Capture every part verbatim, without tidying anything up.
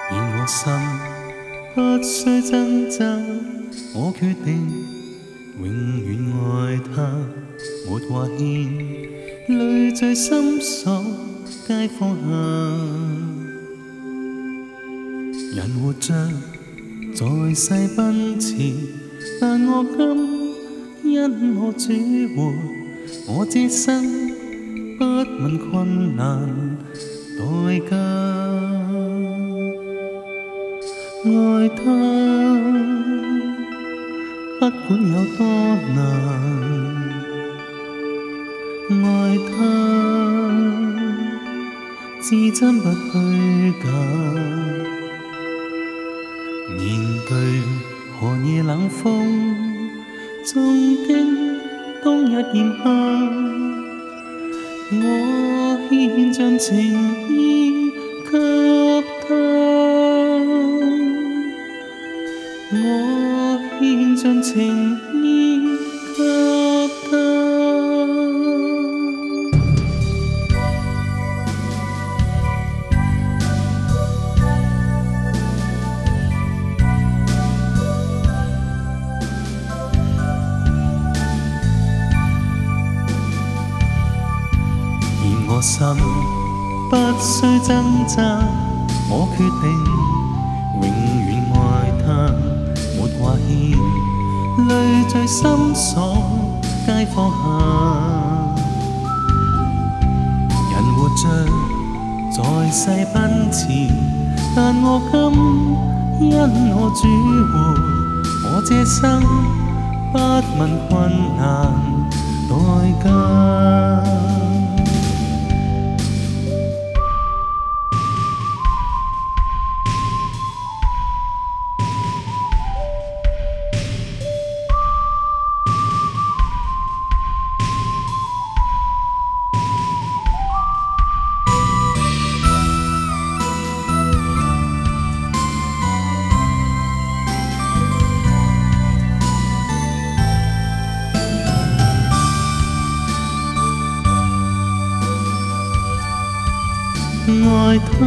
而我心不需掙扎，我決定永遠愛他，沒話欠，淚在心所皆放下。人活着在世奔馳，但我今因我主活，我這生不問困難代價。愛他，不管有多難，愛他，至真不虛假。面對寒夜冷風，縱經冬日炎夏，我獻盡情意給他，我獻盡情意給他。我心不需掙扎，我決定永遠愛他，沒話欠，淚在心所皆放下。人活着在世奔馳，但我今因我主活，我這生不問困難代價。愛他，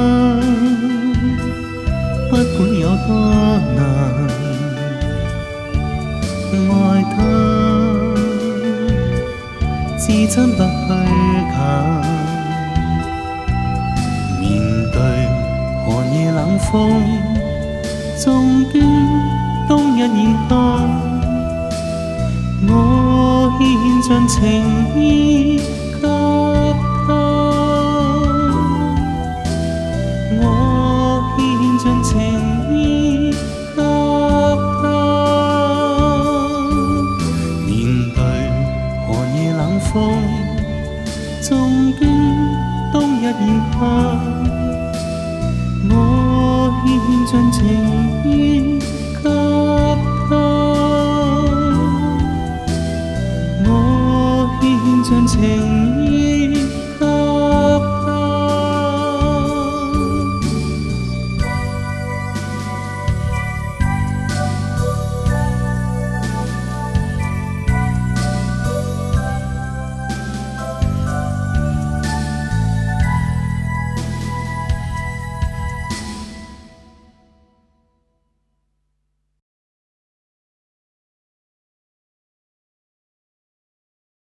不管有多難，愛他，至真不虛假。面對寒夜冷風，縱經冬日炎夏，我獻盡情意給他。我獻盡情意給他，面對寒夜冷風，縱經冬日炎夏，我獻盡情意